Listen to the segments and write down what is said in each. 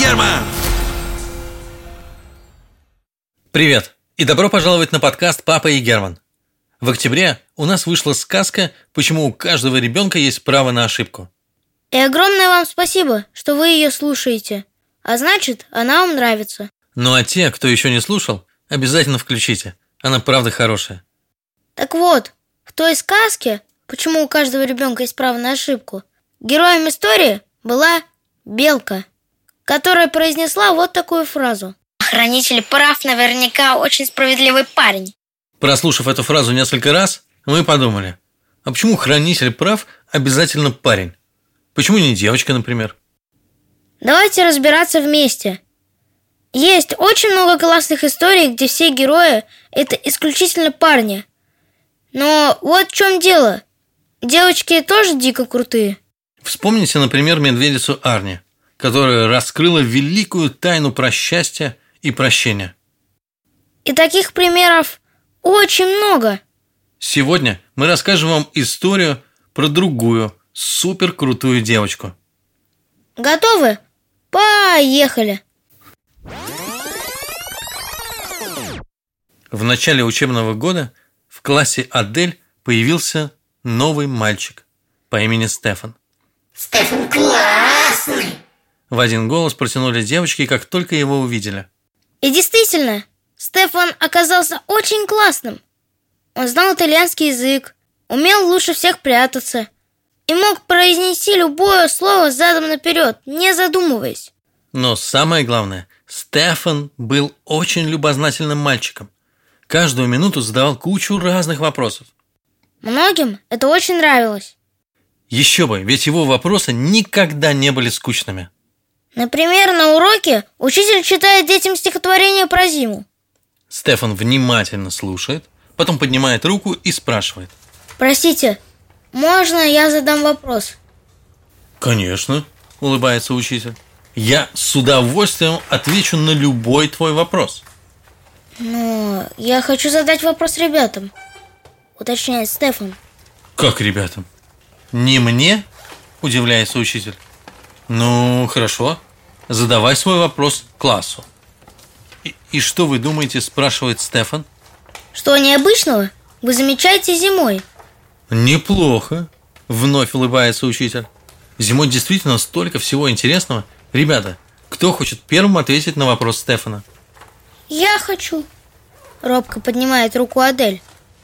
Герман! Привет! И добро пожаловать на подкаст «Папа и Герман». В октябре у нас вышла сказка «Почему у каждого ребенка есть право на ошибку». И огромное вам спасибо, что вы ее слушаете. А значит, она вам нравится. Ну а те, кто еще не слушал, обязательно включите. Она правда хорошая. Так вот, в той сказке «Почему у каждого ребенка есть право на ошибку» героем истории была белка, которая произнесла вот такую фразу: «Хранитель прав наверняка очень справедливый парень». Прослушав эту фразу несколько раз, мы подумали, а почему хранитель прав обязательно парень? Почему не девочка, например? Давайте разбираться вместе. Есть очень много классных историй, где все герои – это исключительно парни. Но вот в чем дело. Девочки тоже дико крутые. Вспомните, например, медведицу Арни, которая раскрыла великую тайну про счастье и прощение. И таких примеров очень много. Сегодня мы расскажем вам историю про другую, суперкрутую девочку. Готовы? Поехали! В начале учебного года в классе Адель появился новый мальчик по имени Стефан. Стефан классный! В один голос протянули девочки, как только его увидели. И действительно, Стефан оказался очень классным. Он знал итальянский язык, умел лучше всех прятаться и мог произнести любое слово задом наперед, не задумываясь. Но самое главное, Стефан был очень любознательным мальчиком. Каждую минуту задавал кучу разных вопросов. Многим это очень нравилось. Еще бы, ведь его вопросы никогда не были скучными. Например, на уроке учитель читает детям стихотворение про зиму. Стефан внимательно слушает, потом поднимает руку и спрашивает. Простите, можно я задам вопрос? Конечно, улыбается учитель. Я с удовольствием отвечу на любой твой вопрос. Но я хочу задать вопрос ребятам, уточняет Стефан. Как ребятам? Не мне? Удивляется учитель. Ну, хорошо. Задавай свой вопрос классу. И что вы думаете, спрашивает Стефан? Что необычного вы замечаете зимой? Неплохо, вновь улыбается учитель. Зимой действительно столько всего интересного. Ребята, кто хочет первым ответить на вопрос Стефана? Я хочу. Робко поднимает руку Адель.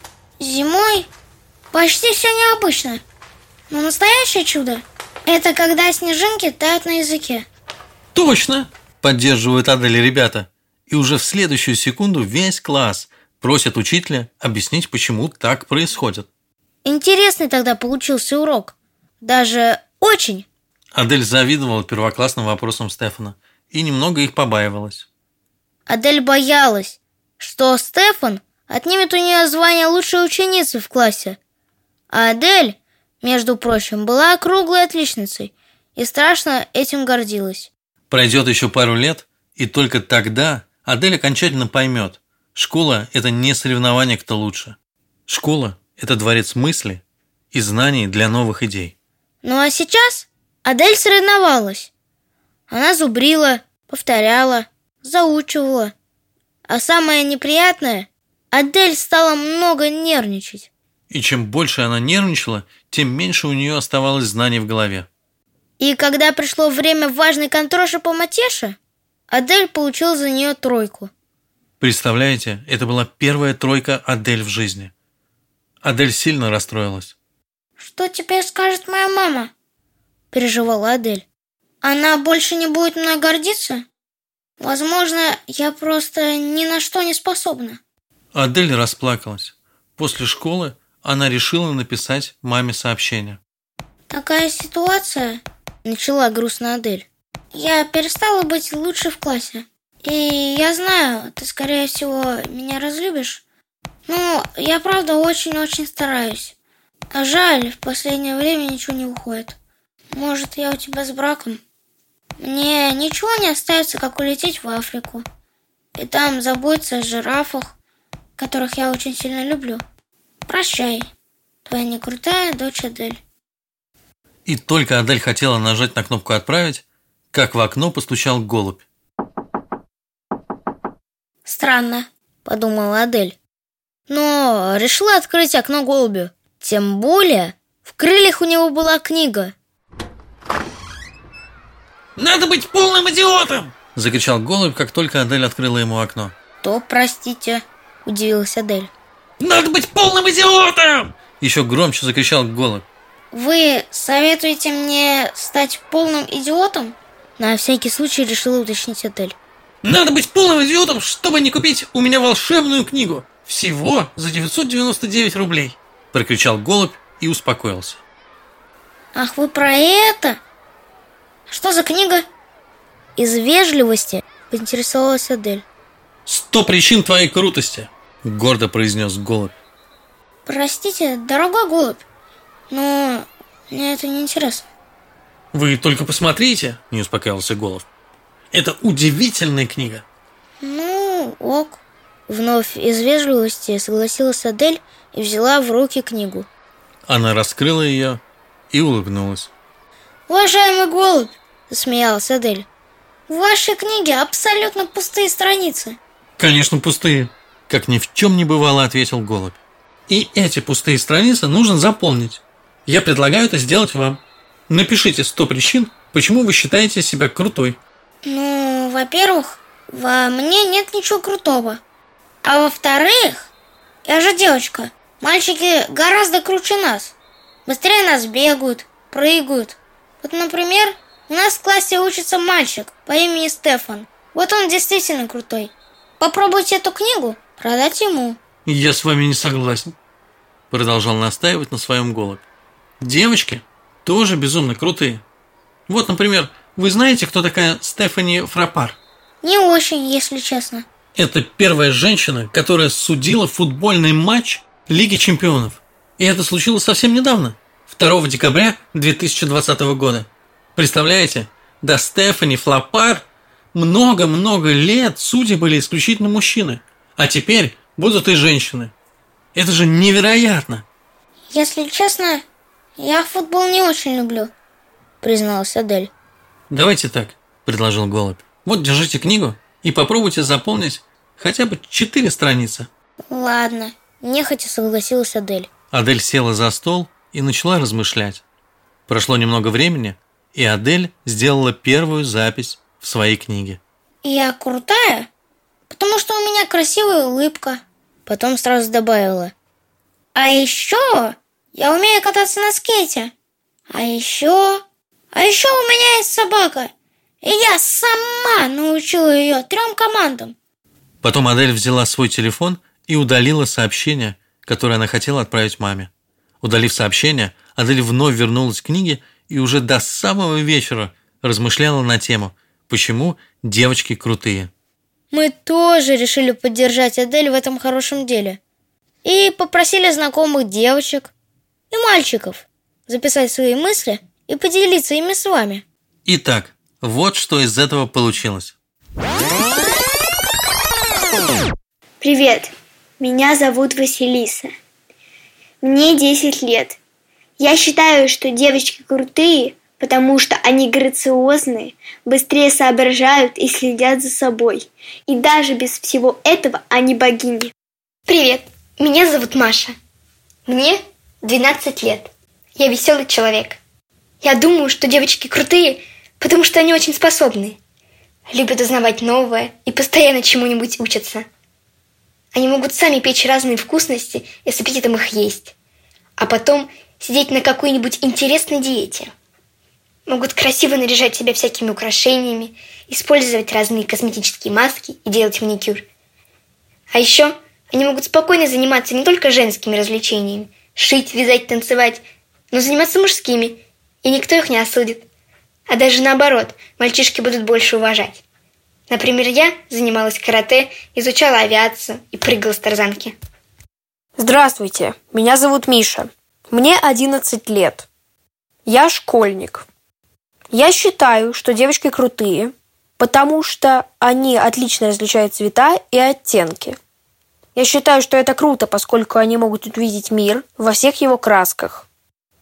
Зимой почти все необычно. Но настоящее чудо – это когда снежинки тают на языке. Точно, поддерживают Адель ребята. И уже в следующую секунду весь класс просит учителя объяснить, почему так происходит. Интересный тогда получился урок. Даже очень. Адель завидовала первоклассным вопросам Стефана и немного их побаивалась. Адель боялась, что Стефан отнимет у нее звание лучшей ученицы в классе. А Адель, между прочим, была круглой отличницей и страшно этим гордилась. Пройдет еще пару лет, и только тогда Адель окончательно поймет, школа – это не соревнование, кто лучше. Школа – это дворец мысли и знаний для новых идей. Ну а сейчас Адель соревновалась. Она зубрила, повторяла, заучивала. А самое неприятное – Адель стала много нервничать. И чем больше она нервничала, тем меньше у нее оставалось знаний в голове. И когда пришло время важной контроши по матеше, Адель получила за нее 3. Представляете, это была первая 3 Адель в жизни. Адель сильно расстроилась. «Что теперь скажет моя мама?» – переживала Адель. «Она больше не будет мной гордиться? Возможно, я просто ни на что не способна». Адель расплакалась. После школы она решила написать маме сообщение. «Такая ситуация», – начала грустно Адель. «Я перестала быть лучшей в классе. И я знаю, ты, скорее всего, меня разлюбишь. Но я, правда, очень-очень стараюсь. А жаль, в последнее время ничего не выходит. Может, я у тебя с браком? Мне ничего не остается, как улететь в Африку. И там заботиться о жирафах, которых я очень сильно люблю. Прощай, твоя некрутая дочь Адель». И только Адель хотела нажать на кнопку «Отправить», как в окно постучал голубь. Странно, подумала Адель. Но решила открыть окно голубю. Тем более, в крыльях у него была книга. «Надо быть полным идиотом!» – закричал голубь, как только Адель открыла ему окно. «То, простите», – удивилась Адель. «Надо быть полным идиотом!» – еще громче закричал голубь. «Вы советуете мне стать полным идиотом?» На всякий случай решила уточнить Адель. «Надо быть полным идиотом, чтобы не купить у меня волшебную книгу. Всего за 999 рублей!» – прокричал голубь и успокоился. «Ах, вы про это? Что за книга?» Из вежливости поинтересовалась Адель. «100 причин твоей крутости!» – гордо произнес голубь. «Простите, дорогой голубь, но мне это не интересно». «Вы только посмотрите!» – не успокаивался голубь. «Это удивительная книга!» «Ну, ок». Вновь из вежливости согласилась Адель и взяла в руки книгу. Она раскрыла ее и улыбнулась. «Уважаемый голубь!» – засмеялась Адель. «В вашей книге абсолютно пустые страницы». «Конечно, пустые!» – как ни в чем не бывало, ответил голубь. «И эти пустые страницы нужно заполнить. Я предлагаю это сделать вам. Напишите 100 причин, почему вы считаете себя крутой». Ну, во-первых, во мне нет ничего крутого. А во-вторых, я же девочка. Мальчики гораздо круче нас. Быстрее нас бегают, прыгают. Вот, например, у нас в классе учится мальчик по имени Стефан. Вот он действительно крутой. Попробуйте эту книгу продать ему». «Я с вами не согласен», – продолжал настаивать на своем голубь. «Девочки тоже безумно крутые. Вот, например, вы знаете, кто такая Стефани Фраппар?» «Не очень, если честно». «Это первая женщина, которая судила футбольный матч Лиги чемпионов. И это случилось совсем недавно, 2 декабря 2020 года. Представляете, до Стефани Фраппар много-много лет судьи были исключительно мужчины, а теперь будут и женщины. Это же невероятно!» «Если честно, я футбол не очень люблю», призналась Адель. «Давайте так», – предложил голубь. «Вот, держите книгу и попробуйте заполнить хотя бы 4 страницы». «Ладно», – нехотя согласилась Адель. Адель села за стол и начала размышлять. Прошло немного времени, и Адель сделала первую запись в своей книге. «Я крутая, потому что у меня красивая улыбка». Потом сразу добавила: «А еще я умею кататься на скейте. А еще у меня есть собака, и я сама научила ее 3 командам». Потом Адель взяла свой телефон и удалила сообщение, которое она хотела отправить маме. Удалив сообщение, Адель вновь вернулась к книге и уже до самого вечера размышляла на тему, почему девочки крутые. Мы тоже решили поддержать Адель в этом хорошем деле и попросили знакомых девочек и мальчиков записать свои мысли и поделиться ими с вами. Итак, вот что из этого получилось. Привет, меня зовут Василиса. Мне 10 лет. Я считаю, что девочки крутые, потому что они грациозные, быстрее соображают и следят за собой. И даже без всего этого они богини. Привет, меня зовут Маша. Мне 12 лет. Я веселый человек. Я думаю, что девочки крутые, потому что они очень способны. Любят узнавать новое и постоянно чему-нибудь учатся. Они могут сами печь разные вкусности и с аппетитом их есть. А потом сидеть на какой-нибудь интересной диете. Могут красиво наряжать себя всякими украшениями, использовать разные косметические маски и делать маникюр. А еще они могут спокойно заниматься не только женскими развлечениями, шить, вязать, танцевать, но заниматься мужскими, и никто их не осудит. А даже наоборот, мальчишки будут больше уважать. Например, я занималась карате, изучала авиацию и прыгала с тарзанки. Здравствуйте, меня зовут Миша. Мне 11 лет. Я школьник. Я считаю, что девочки крутые, потому что они отлично различают цвета и оттенки. Я считаю, что это круто, поскольку они могут увидеть мир во всех его красках.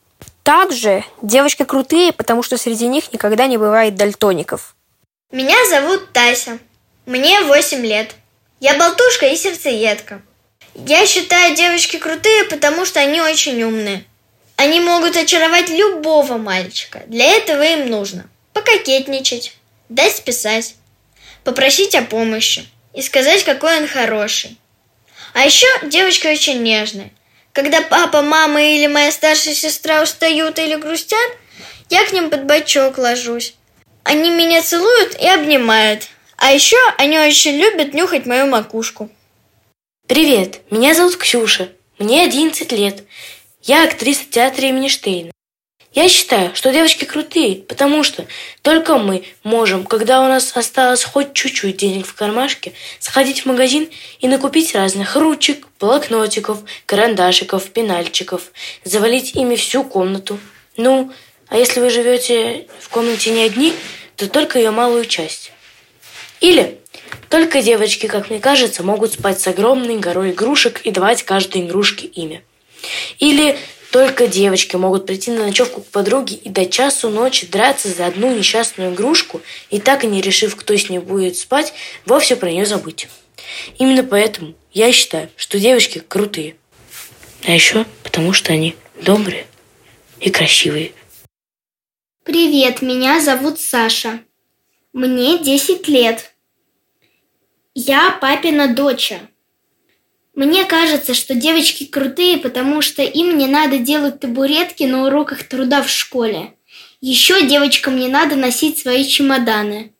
Также девочки крутые, потому что среди них никогда не бывает дальтоников. Меня зовут Тася. Мне 8 лет. Я болтушка и сердцеедка. Я считаю, девочки крутые, потому что они очень умные. Они могут очаровать любого мальчика. Для этого им нужно пококетничать, дать списать, попросить о помощи и сказать, какой он хороший. А еще девочки очень нежные. Когда папа, мама или моя старшая сестра устают или грустят, я к ним под бочок ложусь. Они меня целуют и обнимают. А еще они очень любят нюхать мою макушку. Привет, меня зовут Ксюша. Мне 11 лет. Я актриса театра имени Штейна. Я считаю, что девочки крутые, потому что только мы можем, когда у нас осталось хоть чуть-чуть денег в кармашке, сходить в магазин и накупить разных ручек, блокнотиков, карандашиков, пенальчиков, завалить ими всю комнату. Ну, а если вы живете в комнате не одни, то только ее малую часть. Или только девочки, как мне кажется, могут спать с огромной горой игрушек и давать каждой игрушке имя. Или только девочки могут прийти на ночевку к подруге и до часу ночи драться за одну несчастную игрушку и так и не решив, кто с ней будет спать, вовсе про нее забыть. Именно поэтому я считаю, что девочки крутые. А еще потому, что они добрые и красивые. Привет, меня зовут Саша. Мне 10 лет. Я папина дочь. Мне кажется, что девочки крутые, потому что им не надо делать табуретки на уроках труда в школе. Еще девочкам не надо носить свои чемоданы.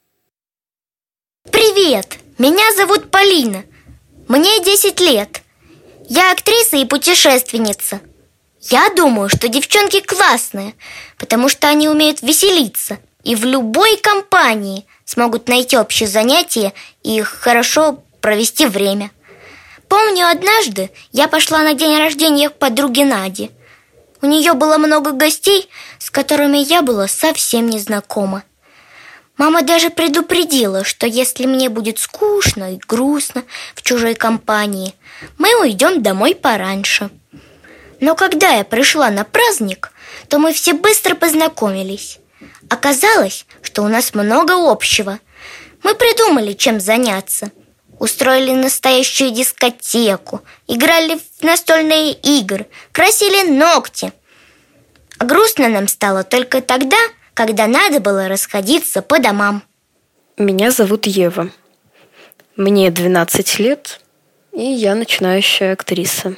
Привет! Меня зовут Полина. Мне 10 лет. Я актриса и путешественница. Я думаю, что девчонки классные, потому что они умеют веселиться и в любой компании смогут найти общее занятие и хорошо провести время. Помню, однажды я пошла на день рождения к подруге Наде. У нее было много гостей, с которыми я была совсем не знакома. Мама даже предупредила, что если мне будет скучно и грустно в чужой компании, мы уйдем домой пораньше. Но когда я пришла на праздник, то мы все быстро познакомились. Оказалось, что у нас много общего. Мы придумали, чем заняться. Устроили настоящую дискотеку, играли в настольные игры, красили ногти. А грустно нам стало только тогда, когда надо было расходиться по домам. Меня зовут Ева. Мне 12 лет, и я начинающая актриса.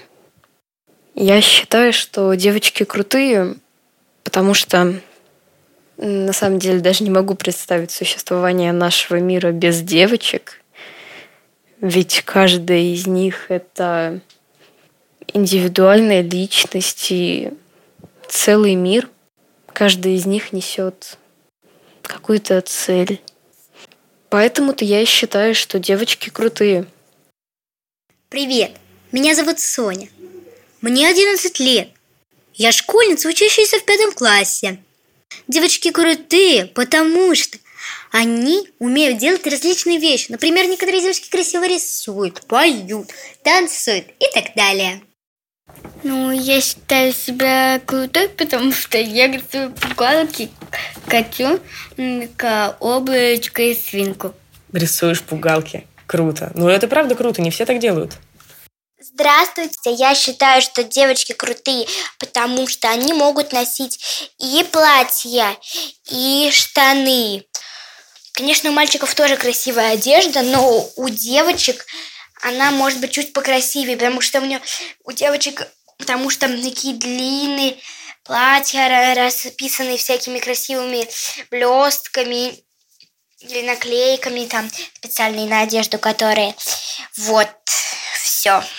Я считаю, что девочки крутые, потому что на самом деле даже не могу представить существование нашего мира без девочек. Ведь каждая из них – это индивидуальная личность и целый мир. Каждая из них несет какую-то цель. Поэтому-то я и считаю, что девочки крутые. Привет, меня зовут Соня. Мне 11 лет. Я школьница, учащаяся в 5 классе. Девочки крутые, потому что они умеют делать различные вещи. Например, некоторые девочки красиво рисуют, поют, танцуют и так далее. Я считаю себя крутой, потому что я рисую пугалки, котенка, облачко и свинку. Рисуешь пугалки. Круто. Это правда круто, не все так делают. Здравствуйте, я считаю, что девочки крутые, потому что они могут носить и платья, и штаны. Конечно, у мальчиков тоже красивая одежда, но у девочек она может быть чуть покрасивее, потому что у девочек такие длинные платья, расписанные всякими красивыми блестками или наклейками, специальные на одежду, которые... все.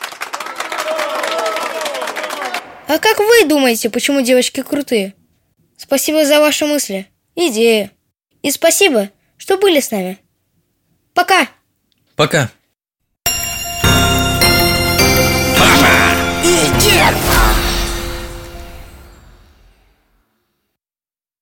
А как вы думаете, почему девочки крутые? Спасибо за ваши мысли, идеи. И спасибо, что были с нами. Пока. Пока. И Герман.